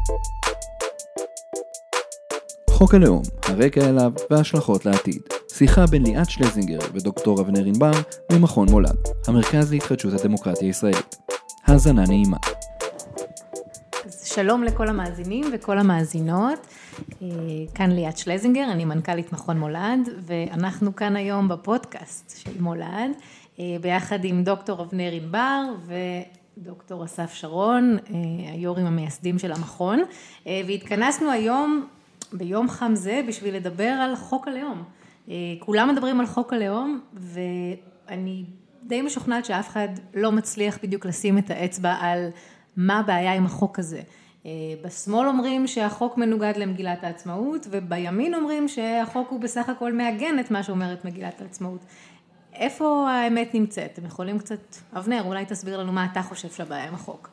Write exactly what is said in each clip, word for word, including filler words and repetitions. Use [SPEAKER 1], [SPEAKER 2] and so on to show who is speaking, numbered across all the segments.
[SPEAKER 1] חוק הלאום, הרקע אליו וההשלכות לעתיד. שיחה בין ליאת שלזינגר ודוקטור אבנר ענבר ממכון מולד, המרכז להתחדשות הדמוקרטיה הישראלית. האזנה נעימה.
[SPEAKER 2] אז שלום לכל המאזינים וכל המאזינות. כאן ליאת שלזינגר, אני מנכ"לית מכון מולד, ואנחנו כאן היום בפודקאסט של מולד, ביחד עם דוקטור אבנר ענבר ודוקטור אסף שרון, היו"רים המייסדים של המכון, והתכנסנו היום ביום חם זה בשביל לדבר על חוק הלאום. כולם מדברים על חוק הלאום, ואני די משוכנעת שאף אחד לא מצליח בדיוק לשים את האצבע על מה הבעיה עם החוק הזה. בשמאל אומרים שהחוק מנוגד למגילת העצמאות, ובימין אומרים שהחוק הוא בסך הכל מעגן את מה שאומרת מגילת העצמאות. איפה האמת נמצאת? אתם יכולים קצת, אבנר, אולי תסביר לנו מה אתה חושב שהבעיה עם החוק.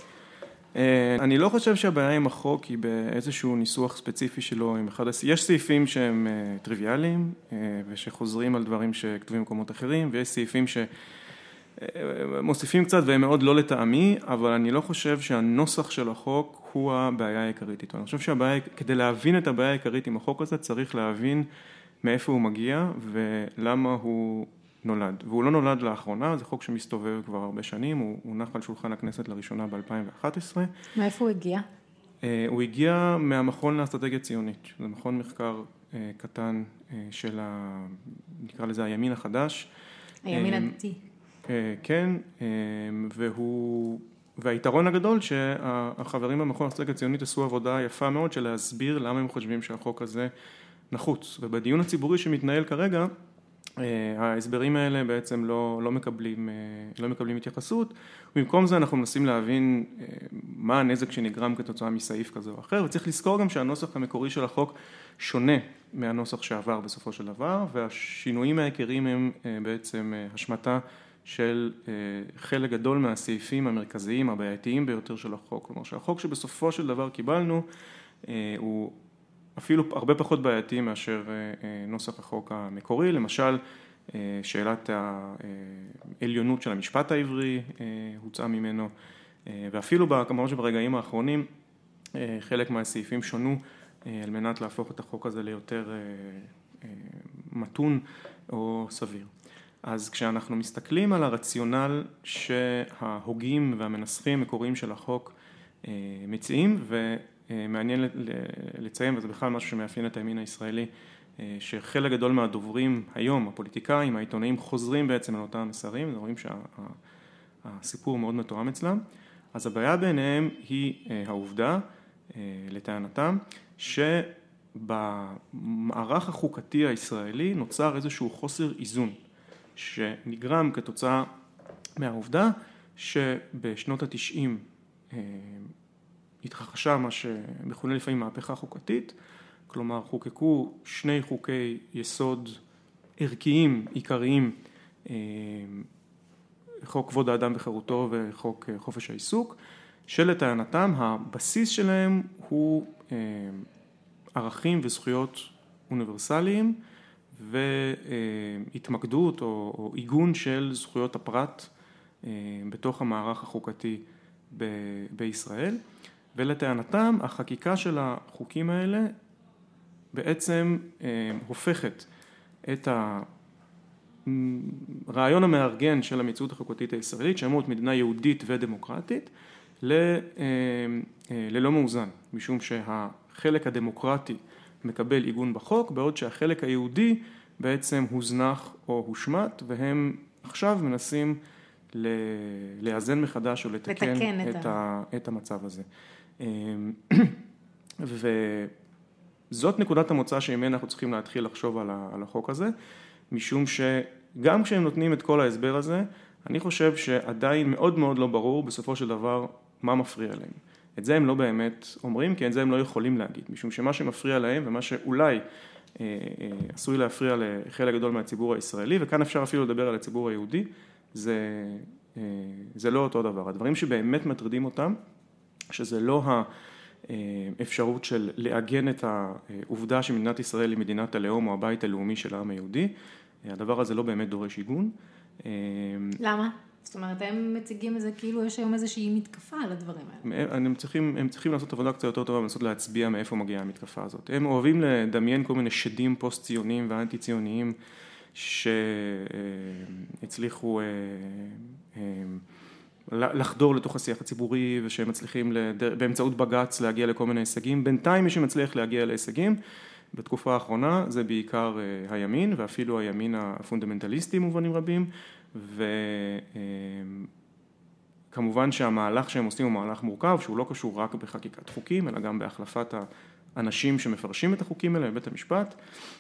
[SPEAKER 3] אני לא חושב שהבעיה עם החוק היא באיזשהו ניסוח ספציפי שלו. יש סעיפים שהם טריוויאליים ושחוזרים על דברים שכתובים במקומות אחרים, ויש סעיפים שמוסיפים קצת והם מאוד לא לטעמי, אבל אני לא חושב שהנוסח של החוק הוא הבעיה העיקרית איתו. אני חושב שהבעיה, כדי להבין את הבעיה העיקרית עם החוק הזה, צריך להבין מאיפה הוא מגיע ולמה הוא נולד. והוא לא נולד לאחרונה, זה חוק שמסתובב כבר הרבה שנים, הוא הונח על שולחן הכנסת לראשונה ב-אלפיים ואחת עשרה.
[SPEAKER 2] מאיפה הוא הגיע?
[SPEAKER 3] הוא הגיע מהמכון לאסטרטגיה ציונית, זה מכון מחקר קטן של, ה, נקרא לזה, הימין החדש.
[SPEAKER 2] הימין הדתי.
[SPEAKER 3] כן, והוא, והיתרון הגדול שהחברים במכון לאסטרטגיה ציונית עשו עבודה יפה מאוד של להסביר למה הם חושבים שהחוק הזה נחוץ. ובדיון הציבורי שמתנהל כרגע, ההסברים האלה בעצם לא, לא מקבלים, לא מקבלים התייחסות, ובמקום זה אנחנו מנסים להבין מה הנזק שנגרם כתוצאה מסעיף כזה או אחר, וצריך לזכור גם שהנוסח המקורי של החוק שונה מהנוסח שעבר בסופו של דבר, והשינויים העיקריים הם בעצם השמטה של חלק גדול מהסעיפים המרכזיים, הבעייתיים ביותר של החוק. כלומר שהחוק שבסופו של דבר קיבלנו הוא אפילו הרבה פחות בעייתי מאשר נוסח החוק המקורי, למשל שאלת העליונות של המשפט העברי הוצאה ממנו, ואפילו כמובן שברגעים האחרונים חלק מהסעיפים שונו על מנת להפוך את החוק הזה ליותר מתון או סביר. אז כשאנחנו מסתכלים על הרציונל שההוגים והמנסחים המקוריים של החוק מציעים, ו מעניין לציין, וזה בכלל משהו שמאפיין את הימין הישראלי, שחלק גדול מהדוברים היום, הפוליטיקאים, העיתונאים, חוזרים בעצם על אותם מסרים, רואים שהסיפור מאוד מתואם אצלם. אז הבעיה ביניהם היא העובדה, לטענתם, שבמערך החוקתי הישראלי נוצר איזשהו חוסר איזון, שנגרם כתוצאה מהעובדה שבשנות התשעים התרחשה מה שמכונה לפעמים מהפכה חוקתית, כלומר חוקקו שני חוקי יסוד ערכיים, עיקריים, חוק כבוד האדם וחירותו וחוק חופש העיסוק, שלטענתם הבסיס שלהם הוא ערכים וזכויות אוניברסליים, והתמקדות או, או עיגון של זכויות הפרט בתוך המערך החוקתי ב- בישראל. ולטענתם, החקיקה של החוקים האלה בעצם הופכת את הרעיון המארגן של המציאות החוקתית הישראלית, שאמרת מדינה יהודית ודמוקרטית, ללא מאוזן, משום שהחלק הדמוקרטי מקבל עיגון בחוק, בעוד שהחלק היהודי בעצם הוזנח או הושמט, והם עכשיו מנסים לאזן מחדש או לתקן, לתקן את, את, ה... את המצב הזה. וזאת נקודת המוצא שממנה אנחנו צריכים להתחיל לחשוב על החוק הזה, משום שגם כשהם נותנים את כל ההסבר הזה, אני חושב שעדיין מאוד מאוד לא ברור בסופו של דבר מה מפריע להם. את זה הם לא באמת אומרים, כי את זה הם לא יכולים להגיד, משום שמה שמפריע להם ומה שאולי עשוי להפריע לחלק גדול מהציבור הישראלי, וכאן אפשר אפילו לדבר על הציבור היהודי, זה, זה לא אותו דבר. הדברים שבאמת מטרידים אותם, שזה לא האפשרות של לעגן את העובדה שמדינת ישראל היא מדינת הלאום או הבית הלאומי של העם היהודי, הדבר הזה לא באמת דורש עיגון.
[SPEAKER 2] למה? זאת אומרת, הם מציגים את זה כאילו יש היום איזושהי מתקפה על הדברים האלה.
[SPEAKER 3] הם צריכים, הם צריכים לעשות עבודה קצת יותר טובה, לנסות להצביע מאיפה מגיעה המתקפה הזאת. הם אוהבים לדמיין כל מיני שדים פוסט-ציוניים ואנטי-ציוניים, שהצליחו לחדור לתוך השיח הציבורי, ושהם מצליחים באמצעות בג"ץ להגיע לכל מיני הישגים. בינתיים מי שמצליח להגיע להישגים, בתקופה האחרונה זה בעיקר הימין, ואפילו הימין הפונדמנטליסטי במובנים רבים, וכמובן שהמהלך שהם עושים הוא מהלך מורכב, שהוא לא קשור רק בחקיקת חוקים, אלא גם בהחלפת האנשים שמפרשים את החוקים האלה בבית המשפט.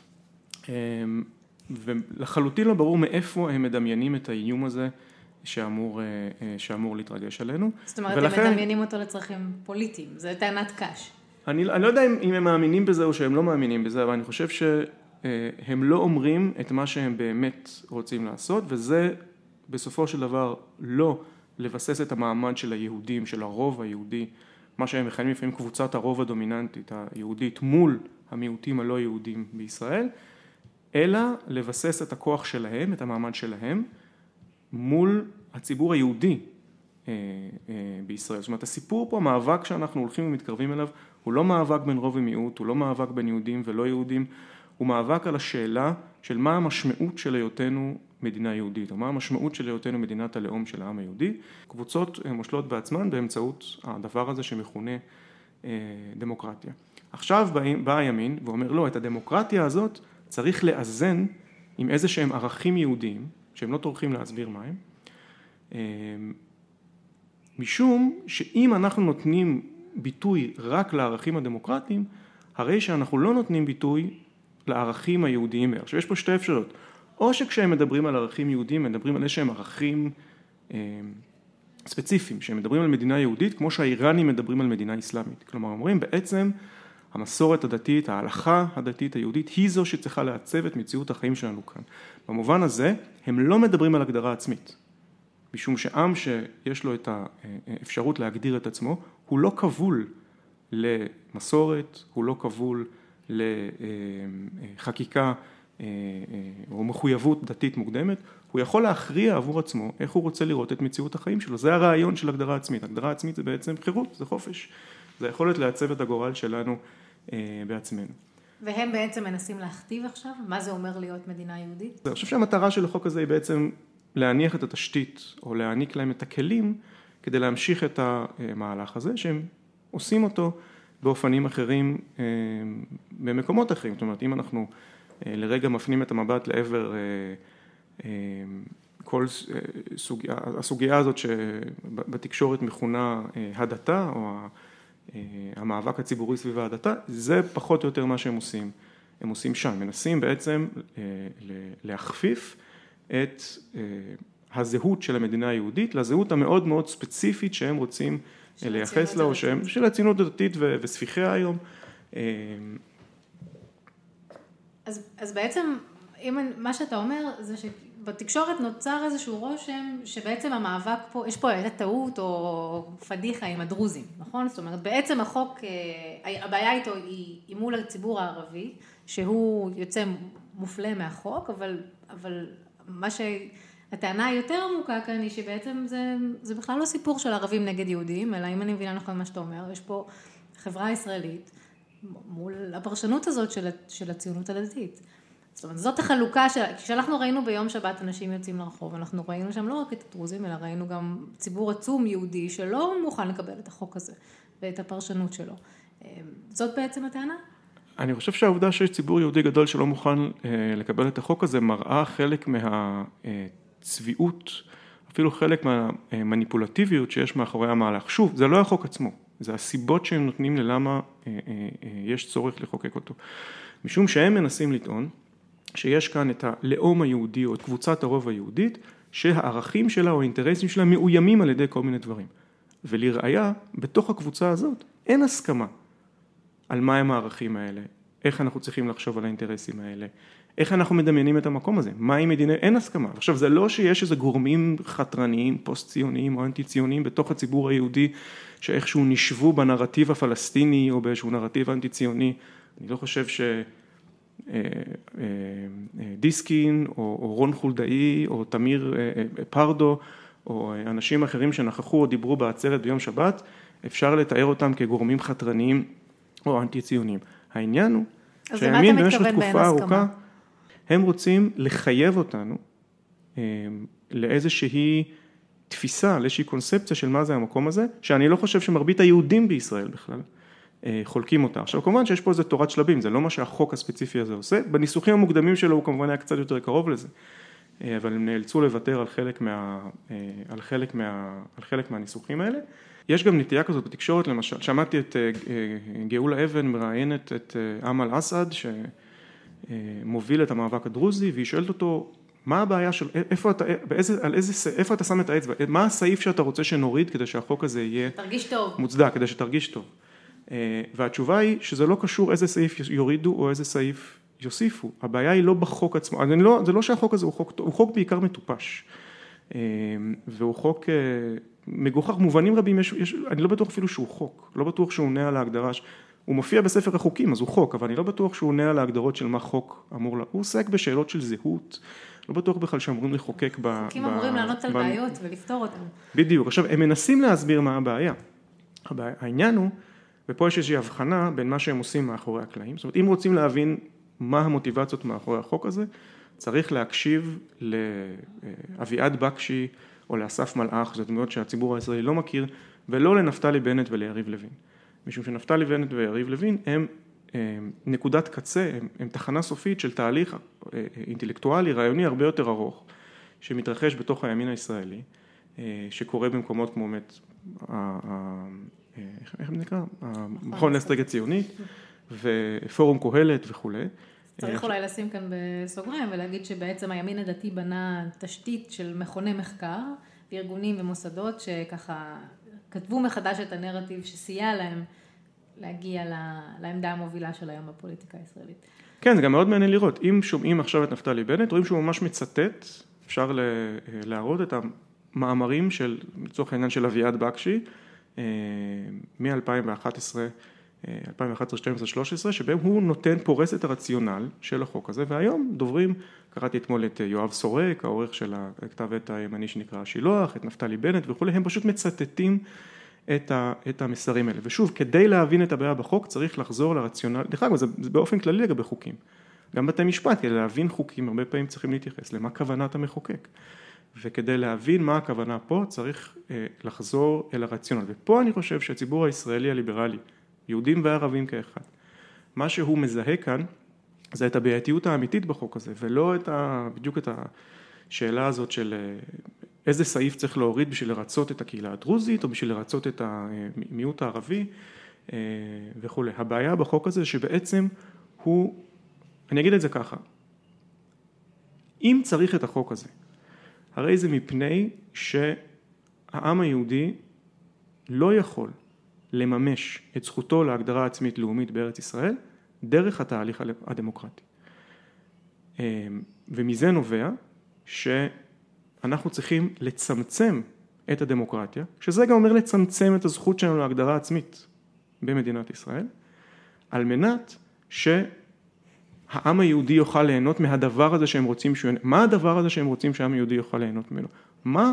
[SPEAKER 3] ולחלוטין לא ברור מאיפה הם מדמיינים את האיום הזה שאמור, שאמור להתרגש עלינו.
[SPEAKER 2] זאת אומרת, ולכן, הם מדמיינים אותו לצרכים פוליטיים, זה טענת קש.
[SPEAKER 3] אני, אני לא יודע אם, אם הם מאמינים בזה או שהם לא מאמינים בזה, אבל אני חושב שהם לא אומרים את מה שהם באמת רוצים לעשות, וזה בסופו של דבר לא לבסס את המעמד של היהודים, של הרוב היהודי, מה שהם מכנים לפעמים קבוצת הרוב הדומיננטית היהודית מול המיעוטים הלא יהודים בישראל, אלא לבסס את הכוח שלהם, את המעמד שלהם, מול הציבור היהודי בישראל. זאת אומרת, הסיפור פה, המאבק שאנחנו הולכים ומתקרבים אליו, הוא לא מאבק בין רוב ומיעוט, הוא לא מאבק בין יהודים ולא יהודים, הוא מאבק על השאלה של מה המשמעות של היותנו מדינה יהודית, או מה המשמעות של היותנו מדינת הלאום של העם היהודי. קבוצות מושלות בעצמן באמצעות הדבר הזה שמכונה דמוקרטיה. עכשיו בא הימין ואומר, לא, את הדמוקרטיה הזאת צריך לאזן עם איזה שהם ערכים יהודיים, שהם לא טורחים להסביר מה הם, משום שאם אנחנו נותנים ביטוי רק לערכים הדמוקרטיים, הרי שאנחנו לא נותנים ביטוי לערכים היהודיים. עכשיו יש פה שתי אפשרויות, או שכשהם מדברים על ערכים יהודיים, מדברים על איזשהם ערכים ספציפיים, שהם מדברים על מדינה יהודית, כמו שהאיראנים מדברים על מדינה אסלאמית. כלומר, אומרים בעצם המסורת הדתית, ההלכה הדתית היהודית, היא זו שצריכה לעצב את מציאות החיים שלנו כאן. במובן הזה, הם לא מדברים על הגדרה עצמית, משום שעם שיש לו את האפשרות להגדיר את עצמו, הוא לא כבול למסורת, הוא לא כבול לחקיקה או מחויבות דתית מוקדמת, הוא יכול להכריע עבור עצמו איך הוא רוצה לראות את מציאות החיים שלו. זה הרעיון של הגדרה עצמית. הגדרה עצמית זה בעצם חירות, זה חופש. זה יכולת לעצב את הגורל שלנו בעצמנו.
[SPEAKER 2] והם בעצם מנסים להכתיב עכשיו? מה זה אומר להיות מדינה יהודית?
[SPEAKER 3] אני חושב שהמטרה של החוק הזה היא בעצם להניח את התשתית, או להעניק להם את הכלים, כדי להמשיך את המהלך הזה, שהם עושים אותו באופנים אחרים, במקומות אחרים. זאת אומרת, אם אנחנו לרגע מפנים את המבט לעבר כל סוגיה, הסוגיה הזאת שבתקשורת מכונה הדתה, או המאבק הציבורי סביב ההדתה, זה פחות או יותר מה שהם עושים. הם עושים שם, מנסים בעצם להכפיף את הזהות של המדינה היהודית, לזהות המאוד מאוד ספציפית שהם רוצים לייחס לה, או שהם, של הציונות הדתית וספיחיה היום.
[SPEAKER 2] אז, אז בעצם, אם, מה שאתה אומר, זה שבתקשורת נוצר איזשהו רושם, שבעצם המאבק פה, יש פה איזה טעות או פדיחה עם הדרוזים, נכון? זאת אומרת, בעצם החוק, הבעיה איתו היא, היא מול הציבור הערבי, שהוא יוצא מופלה מהחוק, אבל, אבל מה שהטענה היותר עמוקה כאן היא שבעצם זה, זה בכלל לא סיפור של ערבים נגד יהודים, אלא אם אני מבינה נכון מה שאתה אומר, יש פה חברה ישראלית מול הפרשנות הזאת של, של הציונות הדתית. זאת אומרת, זאת החלוקה, של, כשאנחנו ראינו ביום שבת אנשים יוצאים לרחוב, אנחנו ראינו שם לא רק את הדרוזים, אלא ראינו גם ציבור עצום יהודי שלא מוכן לקבל את החוק הזה ואת הפרשנות שלו. זאת בעצם הטענה?
[SPEAKER 3] אני חושב שהעובדה שיש ציבור יהודי גדול שלא מוכן לקבל את החוק הזה, מראה חלק מהצביעות, אפילו חלק מהמניפולטיביות שיש מאחורי המהלך. שוב, זה לא החוק עצמו, זה הסיבות שהם נותנים ללמה יש צורך לחוקק אותו. משום שהם מנסים לטעון שיש כאן את הלאום היהודי או את קבוצת הרוב היהודית, שהערכים שלה או האינטרסים שלה מאוימים על ידי כל מיני דברים. ולראיה, בתוך הקבוצה הזאת אין הסכמה על מה הם הערכים האלה, איך אנחנו צריכים לחשוב על האינטרסים האלה, איך אנחנו מדמיינים את המקום הזה, מהי מדינה, אין הסכמה. עכשיו, זה לא שיש איזה גורמים חתרניים, פוסט-ציוניים או אנטי-ציוניים בתוך הציבור היהודי, שאיכשהו נשבו בנרטיב הפלסטיני או באיזשהו נרטיב אנטי-ציוני. אני לא חושב שדיסקין או רון חולדאי או תמיר פרדו או אנשים אחרים שנכחו או דיברו בעצרת ביום שבת, אפשר לתאר אותם כגורמים חתרניים או אנטי-ציוניים. העניין הוא שהימין במשך תקופה ארוכה, הם רוצים לחייב אותנו לאיזושהי תפיסה, לאיזושהי קונספציה של מה זה המקום הזה, שאני לא חושב שמרבית היהודים בישראל בכלל חולקים אותה. עכשיו, כמובן שיש פה איזה תורת שלבים, זה לא מה שהחוק הספציפי הזה עושה, בניסוחים המוקדמים שלו הוא כמובן היה קצת יותר קרוב לזה, אבל הם נאלצו לוותר על חלק מה, על חלק מה, על חלק מהניסוחים האלה. יש גם נטייה כזאת בתקשורת, למשל, שמעתי את גאולה אבן מראיינת את אמל אסעד, שמוביל את המאבק הדרוזי, והיא שואלת אותו, מה הבעיה של, איפה אתה, באיזה, על איזה, איפה אתה שם את האצבע, מה הסעיף שאתה רוצה שנוריד כדי שהחוק הזה יהיה
[SPEAKER 2] תרגיש טוב.
[SPEAKER 3] מוצדק, כדי שתרגיש טוב. והתשובה היא שזה לא קשור איזה סעיף יורידו או איזה סעיף יוסיפו. הבעיה היא לא בחוק עצמו. אני לא, זה לא שהחוק הזה הוא חוק, הוא חוק בעיקר מטופש. והוא חוק מגוחך, מובנים רבים, יש, יש, אני לא בטוח אפילו שהוא חוק, לא בטוח שהוא עונה על ההגדרה, הוא מופיע בספר החוקים, אז הוא חוק, אבל אני לא בטוח שהוא עונה על ההגדרות של מה חוק אמור לה, הוא עוסק בשאלות של זהות, לא בטוח בכלל שאמורים לחוקק ב...
[SPEAKER 2] חוקים אמורים לענות על בעיות ולפתור אותם.
[SPEAKER 3] בדיוק, עכשיו הם מנסים להסביר מה הבעיה. העניין הוא, ופה יש איזושהי הבחנה בין מה שהם עושים מאחורי הקלעים, זאת אומרת, אם רוצים להבין מה המוטיבציות מאחורי החוק הזה, צריך להקשיב לאביעד בקשי או לאסף מלאך, זה דמויות שהציבור הישראלי לא מכיר, ולא לנפתלי בנט וליריב לוין. משום שנפתלי בנט ויריב לוין הם נקודת קצה, הם, הם תחנה סופית של תהליך אינטלקטואלי, רעיוני הרבה יותר ארוך, שמתרחש בתוך הימין הישראלי, שקורה במקומות כמו באמת, איך זה נקרא? המכון לאסטרטגיה ציונית, ופורום קהלת וכו'.
[SPEAKER 2] צריך אולי לשים כאן בסוגריים ולהגיד שבעצם הימין הדתי בנה תשתית של מכוני מחקר, וארגונים ומוסדות שככה כתבו מחדש את הנרטיב שסייע להם להגיע לעמדה המובילה של היום בפוליטיקה הישראלית.
[SPEAKER 3] כן, זה גם מאוד מעניין לראות. אם שומעים עכשיו את נפתלי בנט, רואים שהוא ממש מצטט, אפשר להראות את המאמרים של, לצורך העניין של אביעד בקשי, מ-אלפיים ואחת עשרה, אלפיים ואחת עשרה, שתים עשרה, שלוש עשרה, שבהם הוא נותן, פורס את הרציונל של החוק הזה, והיום דוברים, קראתי אתמול את יואב סורק, העורך של הכתב עת הימני שנקרא שילוח, את נפתלי בנט וכו', הם פשוט מצטטים את, ה, את המסרים האלה. ושוב, כדי להבין את הבעיה בחוק, צריך לחזור לרציונל, דרך אגב, זה, זה באופן כללי לגבי חוקים. גם בתי משפט, כדי להבין חוקים, הרבה פעמים צריכים להתייחס למה כוונת המחוקק. וכדי להבין מה הכוונה פה, צריך אה, לחזור אל הרציונל. ופה אני חושב שהציבור הישראלי הליברלי, יהודים וערבים כאחד, מה שהוא מזהה כאן, זה את הבעייתיות האמיתית בחוק הזה, ולא את ה, בדיוק את השאלה הזאת של איזה סעיף צריך להוריד בשביל לרצות את הקהילה הדרוזית, או בשביל לרצות את המיעוט הערבי וכו'. הבעיה בחוק הזה שבעצם הוא, אני אגיד את זה ככה, אם צריך את החוק הזה, הרי זה מפני שהעם היהודי לא יכול לממש את זכותו להגדרה עצמית לאומית בארץ ישראל, דרך התהליך הדמוקרטי. ומזה נובע שאנחנו צריכים לצמצם את הדמוקרטיה, שזה גם אומר לצמצם את הזכות שלנו להגדרה עצמית במדינת ישראל, על מנת שהעם היהודי יוכל ליהנות מהדבר הזה שהם רוצים שהוא... מה הדבר הזה שהם רוצים שהעם היהודי יוכל ליהנות ממנו? מה...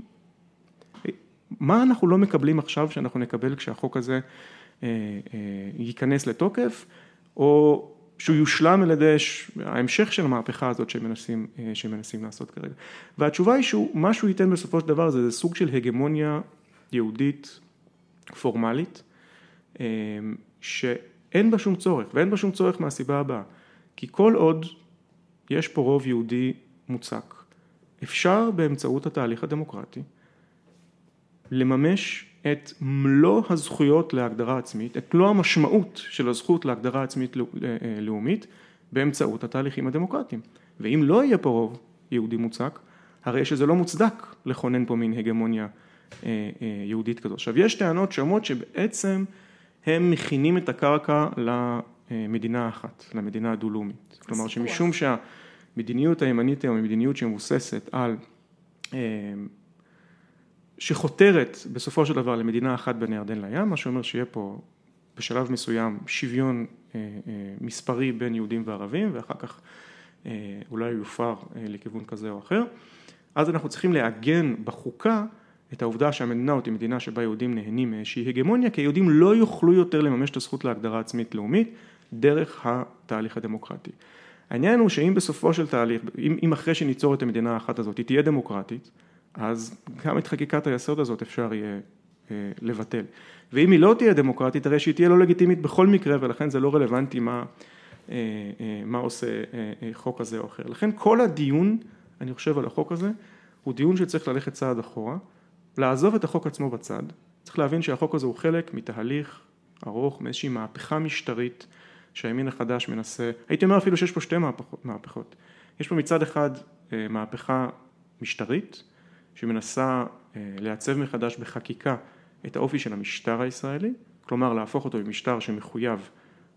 [SPEAKER 3] מה אנחנו לא מקבלים עכשיו שאנחנו נקבל כשהחוק הזה אה, אה, ייכנס לתוקף, או שהוא יושלם על ידי ההמשך של המהפכה הזאת שמנסים, אה, שמנסים לעשות כרגע. והתשובה היא שהוא, מה שהוא ייתן בסופו של דבר זה, זה סוג של הגמוניה יהודית פורמלית, אה, שאין בה שום צורך, ואין בה שום צורך מהסיבה הבאה. כי כל עוד יש פה רוב יהודי מוצק, אפשר באמצעות התהליך הדמוקרטי, לממש את מלוא הזכויות להגדרה עצמית, את מלוא המשמעות של הזכות להגדרה עצמית לאומית, באמצעות התהליכים הדמוקרטיים. ואם לא יהיה פה רוב יהודי מוצק, הרי שזה לא מוצדק לכונן פה מין הגמוניה יהודית כזו. עכשיו, יש טענות שאומרות שבעצם הם מכינים את הקרקע למדינה האחת, למדינה הדו-לאומית. כלומר, שמשום שהמדיניות הימנית היא מדיניות שמבוססת על... שחותרת בסופו של דבר למדינה אחת בין הירדן לים, מה שאומר שיהיה פה בשלב מסוים שוויון אה, אה, מספרי בין יהודים וערבים, ואחר כך אה, אולי יופר אה, לכיוון כזה או אחר. אז אנחנו צריכים לעגן בחוקה את העובדה שהמדינה אותי מדינה שבה יהודים נהנים מאיזושהי הגמוניה, כי יהודים לא יוכלו יותר לממש את הזכות להגדרה עצמית לאומית דרך התהליך הדמוקרטי. העניין הוא שאם בסופו של תהליך, אם, אם אחרי שניצור את המדינה האחת הזאת, היא תהיה דמוקרטית, אז גם את חקיקת היסוד הזאת אפשר יהיה אה, לבטל. ואם היא לא תהיה דמוקרטית, הרי שהיא תהיה לא לגיטימית בכל מקרה, ולכן זה לא רלוונטי מה, אה, אה, מה עושה אה, אה, חוק הזה או אחר. לכן כל הדיון, אני חושב על החוק הזה, הוא דיון שצריך ללכת צעד אחורה, לעזוב את החוק עצמו בצד. צריך להבין שהחוק הזה הוא חלק מתהליך ארוך, מאיזושהי מהפכה משטרית, שהימין החדש מנסה, הייתי אומר אפילו שיש פה שתי מהפכות, מהפכות. יש פה מצד אחד מהפכה משטרית, שמנסה לעצב מחדש בחקיקה את האופי של המשטר הישראלי, כלומר להפוך אותו במשטר שמחויב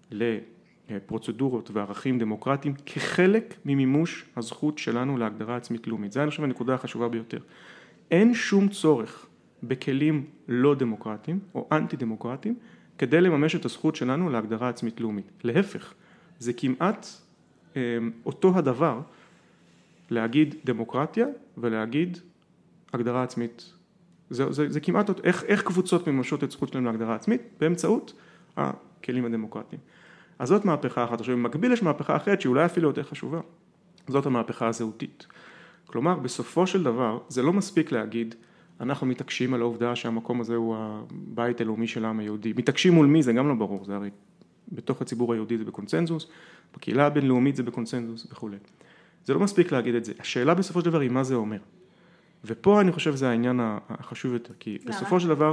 [SPEAKER 3] לפרוצדורות וערכים דמוקרטיים, כחלק ממימוש הזכות שלנו להגדרה עצמית לאומית. זה אני חושב הנקודה החשובה ביותר. אין שום צורך בכלים לא דמוקרטיים או אנטי דמוקרטיים, כדי לממש את הזכות שלנו להגדרה עצמית לאומית. להפך, זה כמעט אה, אותו הדבר להגיד דמוקרטיה ולהגיד הגדרה עצמית. זה, זה, זה כמעט, איך, איך קבוצות ממשות את זכות שלהם להגדרה עצמית? באמצעות הכלים הדמוקרטיים. אז זאת מהפכה אחת. עכשיו, במקביל יש מהפכה אחרת שאולי אפילו יותר חשובה. זאת המהפכה הזהותית. כלומר, בסופו של דבר, זה לא מספיק להגיד, אנחנו מתעקשים על העובדה שהמקום הזה הוא הבית הלאומי של העם היהודי. מתעקשים מול מי? זה גם לא ברור. זה הרי בתוך הציבור היהודי זה בקונצנזוס, בקהילה הבינלאומית זה בקונצנזוס וכו'. זה לא מספיק להגיד את זה. השאלה בסופו של דבר היא מה זה אומר. ופה אני חושב זה העניין החשוב יותר, כי בסופו של דבר,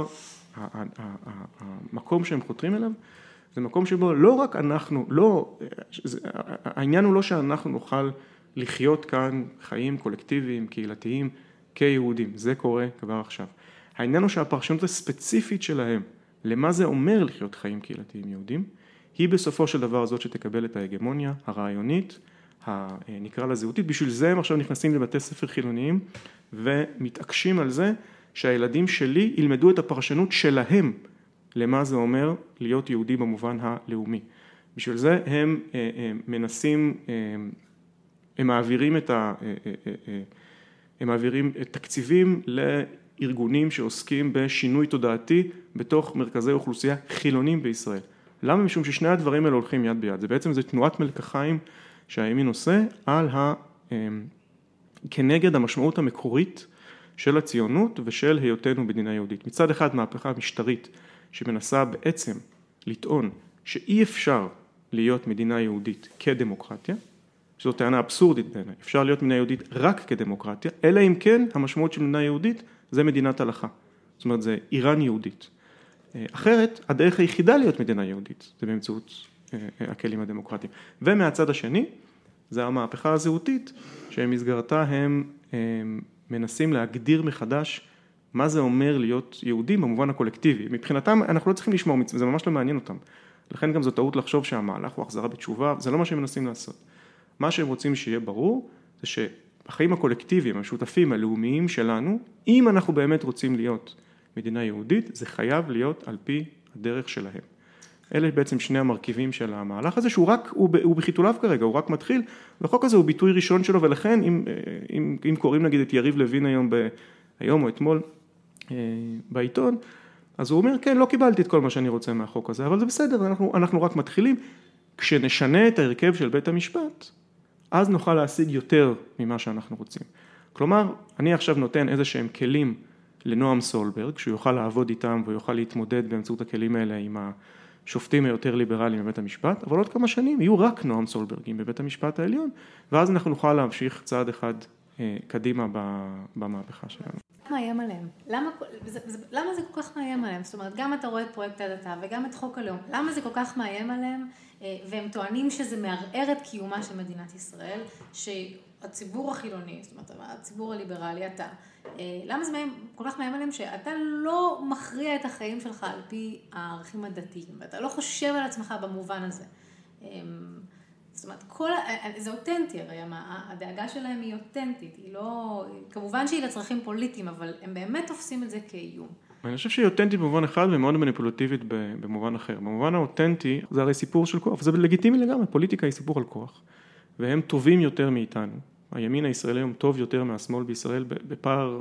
[SPEAKER 3] המקום שהם חותרים אליו, זה מקום שבו לא רק אנחנו, לא, העניין הוא לא שאנחנו נוכל לחיות כאן חיים קולקטיביים, קהילתיים, כיהודים. זה קורה כבר עכשיו. העניין הוא שהפרשנות הספציפית שלהם, למה זה אומר לחיות חיים קהילתיים יהודים, היא בסופו של דבר הזאת שתקבל את ההגמוניה הרעיונית, נקרא לה זהותית. בשביל זה הם עכשיו נכנסים לבתי ספר חילוניים, ומתעקשים על זה שהילדים שלי ילמדו את הפרשנות שלהם, למה זה אומר להיות יהודי במובן הלאומי. בשביל זה הם מנסים, הם מעבירים את ה... הם מעבירים תקציבים לארגונים שעוסקים בשינוי תודעתי בתוך מרכזי אוכלוסייה חילונים בישראל. למה? משום ששני הדברים האלה הולכים יד ביד. זה בעצם זה תנועת מלקחיים שהימין עושה על ה... כנגד המשמעות המקורית של הציונות ושל היותנו מדינה יהודית. מצד אחד מהפכה משטרית שמנסה בעצם לטעון שאי אפשר להיות מדינה יהודית כדמוקרטיה, שזו טענה אבסורדית בעיניי. אפשר להיות מדינה יהודית רק כדמוקרטיה, אלא אם כן המשמעות של מדינה יהודית זה מדינת הלכה. זאת אומרת, זה איראן יהודית. אחרת, הדרך היחידה להיות מדינה יהודית, זה באמצעות הכלים הדמוקרטיים. ומהצד השני, זה המהפכה הזהותית, שמסגרתה הם, הם מנסים להגדיר מחדש מה זה אומר להיות יהודים במובן הקולקטיבי. מבחינתם, אנחנו לא צריכים לשמור מצווה, זה ממש לא מעניין אותם. לכן גם זו טעות לחשוב שהמהלך הוא החזרה בתשובה, זה לא מה שהם מנסים לעשות. מה שהם רוצים שיהיה ברור, זה שהחיים הקולקטיביים, השותפים הלאומיים שלנו, אם אנחנו באמת רוצים להיות מדינה יהודית, זה חייב להיות על פי הדרך שלהם. אלה בעצם שני המרכיבים של המהלך הזה, שהוא רק, הוא, הוא בחיתוליו כרגע, הוא רק מתחיל, והחוק הזה הוא ביטוי ראשון שלו, ולכן אם, אם, אם קוראים נגיד את יריב לוין היום, ב, היום או אתמול בעיתון, אז הוא אומר, כן, לא קיבלתי את כל מה שאני רוצה מהחוק הזה, אבל זה בסדר, אנחנו, אנחנו רק מתחילים. כשנשנה את ההרכב של בית המשפט, אז נוכל להשיג יותר ממה שאנחנו רוצים. כלומר, אני עכשיו נותן איזה שהם כלים לנועם סולברג, שהוא יוכל לעבוד איתם ויוכל להתמודד באמצעות הכלים האלה עם השופטים היותר ליברליים בבית המשפט, אבל עוד כמה שנים יהיו רק נועם סולברגים בבית המשפט העליון, ואז אנחנו נוכל להמשיך צעד אחד אה, קדימה במהפכה שלנו.
[SPEAKER 2] מאיים עליהם? למה, זה, זה, למה זה כל כך מאיים עליהם? זאת אומרת, גם אתה רואה את פרויקט הדתה וגם את חוק הלאום, למה זה כל כך מאיים עליהם? והם טוענים שזה מערער את קיומה של מדינת ישראל, שהציבור החילוני, זאת אומרת, הציבור הליברלי, אתה, למה זה מאיים, כל כך מאיים עליהם שאתה לא מכריע את החיים שלך על פי הערכים הדתיים, ואתה לא חושב על עצמך במובן הזה. זאת אומרת, כל, זה אותנטי, הרי הדאגה שלהם היא אותנטית, היא לא, כמובן שהיא לצרכים פוליטיים, אבל הם באמת תופסים את זה כאיום.
[SPEAKER 3] אני חושב שהיא אותנטית במובן אחד ומאוד מניפולטיבית במובן אחר. במובן האותנטי זה הרי סיפור של כוח, וזה לגיטימי לגמרי, פוליטיקה היא סיפור על כוח, והם טובים יותר מאיתנו, הימין הישראלי היום טוב יותר מהשמאל בישראל בפער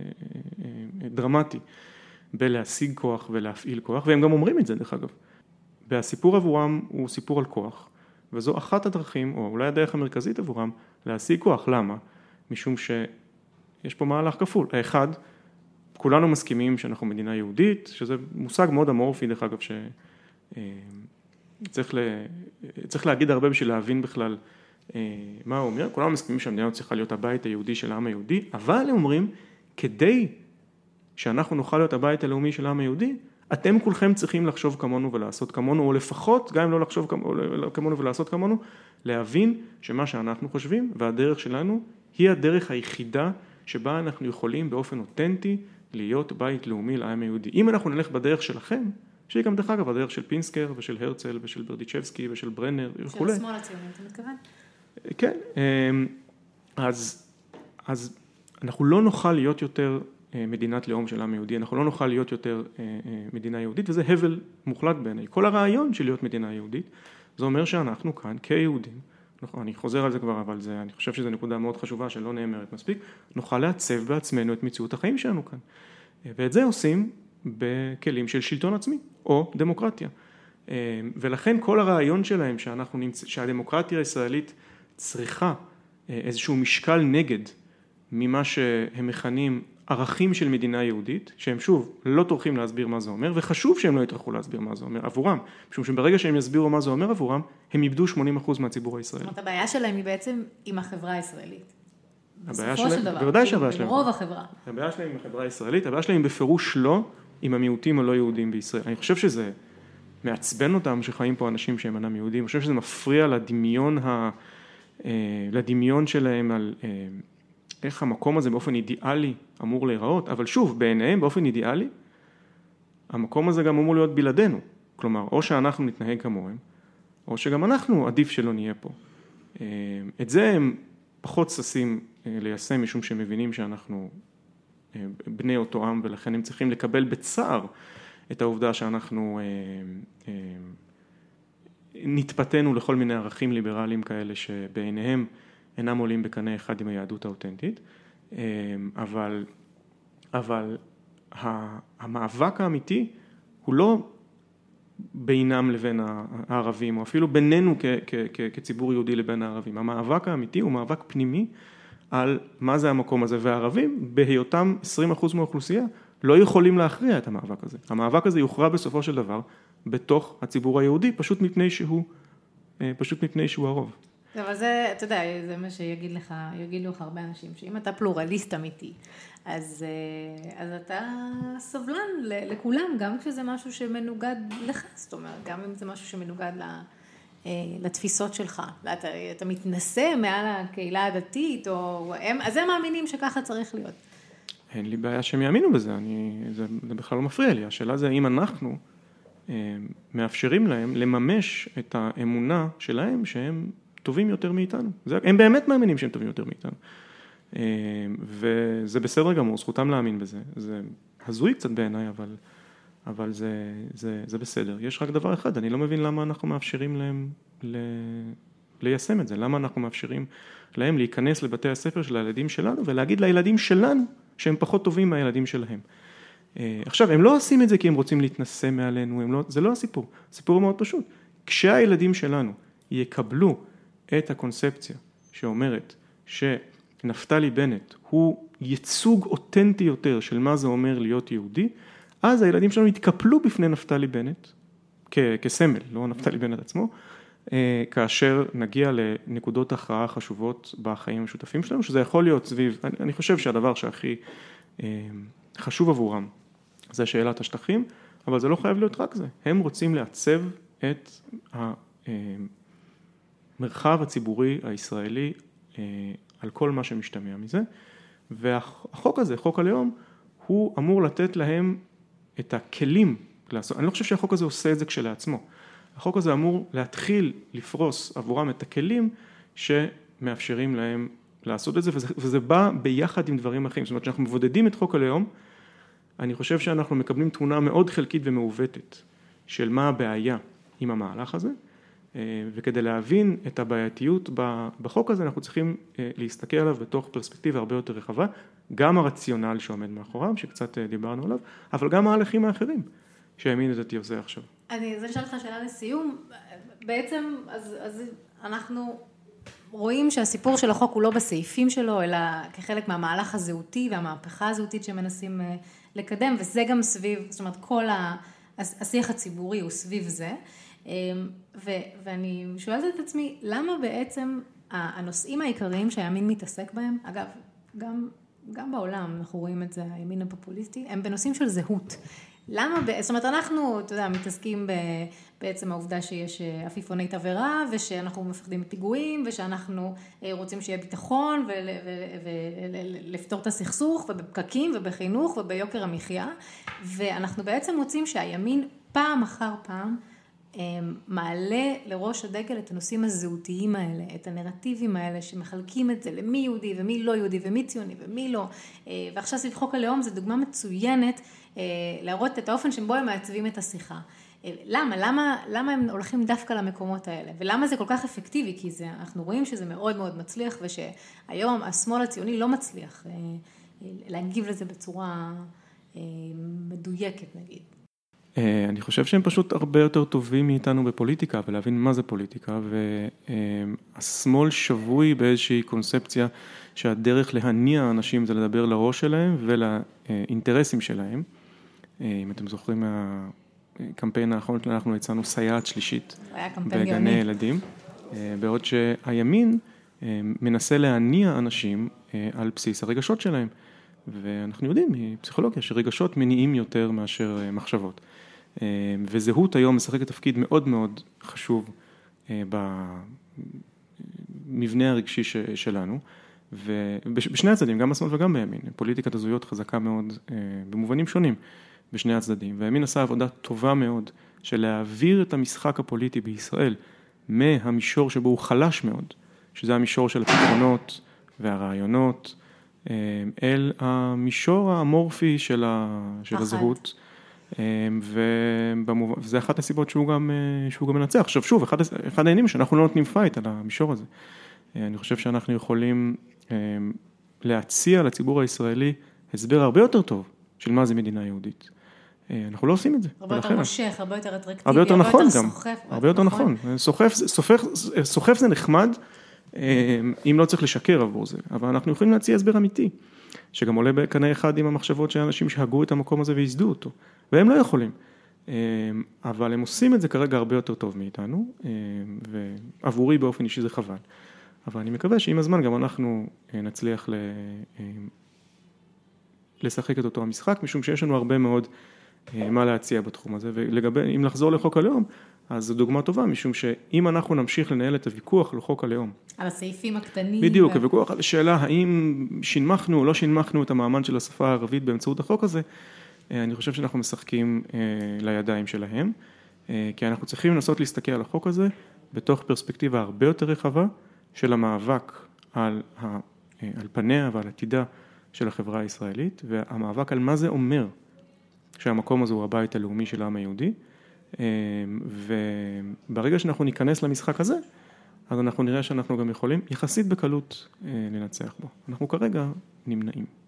[SPEAKER 3] דרמטי בלהשיג כוח ולהפעיל כוח, והם גם אומרים את זה דרך אגב. והסיפור עבורם הוא סיפור על כוח, וזו אחת הדרכים, או אולי הדרך המרכזית עבורם, להשיג כוח. למה? משום שיש פה מהלך כפול. האחד, כולנו מסכימים שאנחנו מדינה יהודית, שזה מושג מאוד אמורפי דרך אגב, שצריך ל... צריך להגיד הרבה בשביל להבין בכלל מה הוא אומר. כולנו מסכימים שהמדינה צריכה להיות הבית היהודי של העם היהודי, אבל הם אומרים, כדי שאנחנו נוכל להיות הבית הלאומי של העם היהודי, אתם כולכם צריכים לחשוב כמונו ולעשות כמונו, או לפחות, גם אם לא לחשוב כמונו ולעשות כמונו, להבין שמה שאנחנו חושבים והדרך שלנו היא הדרך היחידה שבה אנחנו יכולים באופן אותנטי להיות בית לאומי לעם היהודי. אם אנחנו נלך בדרך שלכם, שהיא גם דרך אגב הדרך של פינסקר ושל הרצל ושל ברדיצ'בסקי ושל ברנר וכו'.
[SPEAKER 2] של השמאל הציוני, אתה מתכוון?
[SPEAKER 3] כן, אז, אז אנחנו לא נוכל להיות יותר מדינת לאום של העם היהודי, אנחנו לא נוכל להיות יותר מדינה יהודית, וזה הבל מוחלט בעיניי. כל הרעיון של להיות מדינה יהודית, זה אומר שאנחנו כאן כיהודים, אני חוזר על זה כבר, אבל זה, אני חושב שזו נקודה מאוד חשובה שלא נאמרת מספיק, נוכל לעצב בעצמנו את מציאות החיים שלנו כאן. ואת זה עושים בכלים של שלטון עצמי, או דמוקרטיה. ולכן כל הרעיון שלהם שאנחנו נמצא, שהדמוקרטיה הישראלית צריכה איזשהו משקל נגד ממה שהם מכנים ערכים של מדינה יהודית, שהם שוב לא טורחים להסביר מה זה אומר, וחשוב שהם לא יטרחו להסביר מה זה אומר עבורם, משום שברגע שהם יסבירו מה זה אומר עבורם, הם איבדו שמונים אחוז מהציבור הישראלי.
[SPEAKER 2] זאת אומרת, הבעיה שלהם היא בעצם עם החברה הישראלית.
[SPEAKER 3] הבעיה שלהם, בוודאי שהבעיה שלהם.
[SPEAKER 2] רוב החברה.
[SPEAKER 3] הבעיה שלהם עם החברה הישראלית, הבעיה שלהם בפירוש לא עם המיעוטים הלא יהודים בישראל. אני חושב שזה מעצבן אותם שחיים פה אנשים שהם אינם יהודים, אני חושב שזה מפריע לדמיון, ה... לדמיון שלהם על איך המקום הזה באופן אידיאלי אמור להיראות, אבל שוב, בעיניהם באופן אידיאלי, המקום הזה גם אמור להיות בלעדינו. כלומר, או שאנחנו נתנהג כמוהם, או שגם אנחנו עדיף שלא נהיה פה. את זה הם פחות ששים ליישם, משום שהם מבינים שאנחנו בני אותו עם, ולכן הם צריכים לקבל בצער את העובדה שאנחנו נתפתנו לכל מיני ערכים ליברליים כאלה שבעיניהם אינם עולים בקנה אחד עם היהדות האותנטית, אבל, אבל המאבק האמיתי הוא לא בינם לבין הערבים, או אפילו בינינו כ, כ, כ, כציבור יהודי לבין הערבים. המאבק האמיתי הוא מאבק פנימי על מה זה המקום הזה, והערבים בהיותם עשרים אחוז מהאוכלוסייה לא יכולים להכריע את המאבק הזה. המאבק הזה יוכרע בסופו של דבר בתוך הציבור היהודי, פשוט מפני שהוא, פשוט מפני שהוא הרוב.
[SPEAKER 2] אבל זה, אתה יודע, זה מה שיגיד לך, יגידו לך הרבה אנשים, שאם אתה פלורליסט אמיתי, אז, אז אתה סובלן לכולם, גם כשזה משהו שמנוגד לך, זאת אומרת, גם אם זה משהו שמנוגד לתפיסות שלך, אתה, אתה מתנסה מעל הקהילה הדתית, או הם, אז הם מאמינים שככה צריך להיות.
[SPEAKER 3] אין לי בעיה שהם יאמינו בזה, אני, זה, זה בכלל לא מפריע לי, השאלה זה האם אנחנו מאפשרים להם לממש את האמונה שלהם שהם טובים יותר מאיתנו. זה, הם באמת מאמינים שהם טובים יותר מאיתנו. וזה בסדר גמור, זכותם להאמין בזה. זה הזוי קצת בעיניי, אבל, אבל זה, זה, זה בסדר. יש רק דבר אחד, אני לא מבין למה אנחנו מאפשרים להם ל, ליישם את זה. למה אנחנו מאפשרים להם להיכנס לבתי הספר של הילדים שלנו, ולהגיד לילדים שלנו שהם פחות טובים מהילדים שלהם. עכשיו, הם לא עושים את זה כי הם רוצים להתנסה מעלינו, הם לא, זה לא הסיפור. הסיפור הוא מאוד פשוט. כשהילדים שלנו יקבלו את הקונספציה שאומרת שנפתלי בנט הוא ייצוג אותנטי יותר של מה זה אומר להיות יהודי, אז הילדים שלנו יתקפלו בפני נפתלי בנט כ- כסמל, לא נפתלי בנט עצמו, כאשר נגיע לנקודות הכרעה חשובות בחיים המשותפים שלנו, שזה יכול להיות סביב, אני, אני חושב שהדבר שהכי חשוב עבורם זה שאלת השטחים, אבל זה לא חייב להיות רק זה. הם רוצים לעצב את המרחב הציבורי הישראלי על כל מה שמשתמע מזה, והחוק הזה, חוק הלאום, הוא אמור לתת להם את הכלים לעשות. אני לא חושב שהחוק הזה עושה את זה כשלעצמו. החוק הזה אמור להתחיל לפרוס עבורם את הכלים שמאפשרים להם לעשות את זה, וזה, וזה בא ביחד עם דברים אחרים. זאת אומרת, כשאנחנו מבודדים את חוק הלאום, אני חושב שאנחנו מקבלים תמונה מאוד חלקית ומעוותת של מה הבעיה עם המהלך הזה, וכדי להבין את הבעייתיות בחוק הזה, אנחנו צריכים להסתכל עליו בתוך פרספקטיבה הרבה יותר רחבה, גם הרציונל שעומד מאחוריו, שקצת דיברנו עליו, אבל גם ההליכים האחרים שהימין הדתי עושה עכשיו.
[SPEAKER 2] אני רוצה לשאול אותך שאלה לסיום, בעצם אז, אז אנחנו רואים שהסיפור של החוק הוא לא בסעיפים שלו, אלא כחלק מהמהלך הזהותי והמהפכה הזהותית שמנסים לקדם, וזה גם סביב, זאת אומרת, כל השיח הציבורי הוא סביב זה, ו, ואני שואלת את עצמי, למה בעצם הנושאים העיקריים שהימין מתעסק בהם, אגב, גם, גם בעולם אנחנו רואים את זה, הימין הפופוליסטי, הם בנושאים של זהות. למה, זאת אומרת, אנחנו, אתה יודע, מתעסקים בעצם העובדה שיש עפיפוני תבערה, ושאנחנו מפחדים מפיגועים, ושאנחנו רוצים שיהיה ביטחון, ולפתור את הסכסוך, ובפקקים, ובחינוך, וביוקר המחיה, ואנחנו בעצם מוצאים שהימין פעם אחר פעם, מעלה לראש הדגל את הנושאים הזהותיים האלה, את הנרטיבים האלה שמחלקים את זה למי יהודי ומי לא יהודי ומי ציוני ומי לא, ועכשיו סביב חוק הלאום זה דוגמה מצוינת להראות את האופן שבו הם מעצבים את השיחה. למה? למה, למה הם הולכים דווקא למקומות האלה? ולמה זה כל כך אפקטיבי? כי זה, אנחנו רואים שזה מאוד מאוד מצליח, ושהיום השמאל הציוני לא מצליח להגיב לזה בצורה מדויקת, נגיד.
[SPEAKER 3] אני חושב שהם פשוט הרבה יותר טובים מאיתנו בפוליטיקה, ולהבין מה זה פוליטיקה, והשמאל שבוי באיזושהי קונספציה שהדרך להניע אנשים זה לדבר לראש שלהם ולאינטרסים שלהם. אם אתם זוכרים מהקמפיין האחרון שלנו, אנחנו הצענו סייעת שלישית בגני ילדים, בעוד שהימין מנסה להניע אנשים על בסיס הרגשות שלהם, ואנחנו יודעים מפסיכולוגיה שרגשות מניעים יותר מאשר מחשבות. וזהות היום משחקת תפקיד מאוד מאוד חשוב במבנה הרגשי שלנו, ובשני הצדדים, גם בשמאל וגם בימין, פוליטיקת הזהויות חזקה מאוד במובנים שונים בשני הצדדים, והימין עשה עבודה טובה מאוד של להעביר את המשחק הפוליטי בישראל מהמישור שבו הוא חלש מאוד, שזה המישור של הפתרונות והרעיונות, אל המישור האמורפי של, ה, של הזהות, וזה אחת הסיבות שהוא גם, שהוא גם מנצח. עכשיו שוב, אחד, אחד העניינים שאנחנו לא נותנים פייט על המישור הזה. אני חושב שאנחנו יכולים להציע לציבור הישראלי הסבר הרבה יותר טוב של מה זה מדינה יהודית. אנחנו לא עושים את זה.
[SPEAKER 2] הרבה יותר מושך, הרבה יותר אטרקטיבי,
[SPEAKER 3] הרבה יותר נכון גם.
[SPEAKER 2] סוחף.
[SPEAKER 3] הרבה יותר נכון. סוחף, סוחף, סוחף זה נחמד, אם לא צריך לשקר עבור זה, אבל אנחנו יכולים להציע הסבר אמיתי, שגם עולה בקנה אחד עם המחשבות של אנשים שהגו את המקום הזה והסדו אותו, והם לא יכולים, אבל הם עושים את זה כרגע הרבה יותר טוב מאיתנו, ועבורי באופן אישי זה חבל, אבל אני מקווה שעם הזמן גם אנחנו נצליח לשחק את אותו המשחק, משום שיש לנו הרבה מאוד מה להציע בתחום הזה, ולגבי, אם לחזור לחוק הלאום, אז זו דוגמה טובה, משום שאם אנחנו נמשיך לנהל את הוויכוח לחוק הלאום.
[SPEAKER 2] על הסעיפים הקטנים.
[SPEAKER 3] בדיוק, ו... הוויכוח על השאלה, האם שינמכנו או לא שינמכנו את המעמד של השפה הערבית באמצעות החוק הזה, אני חושב שאנחנו משחקים לידיים שלהם, כי אנחנו צריכים לנסות להסתכל על החוק הזה, בתוך פרספקטיבה הרבה יותר רחבה, של המאבק על, ה... על פניה ועל עתידה של החברה הישראלית, והמאבק על מה זה אומר, שהמקום הזה הוא הבית הלאומי של העם היהודי, וברגע שאנחנו ניכנס למשחק הזה, אז אנחנו נראה שאנחנו גם יכולים יחסית בקלות לנצח בו. אנחנו כרגע נמנעים.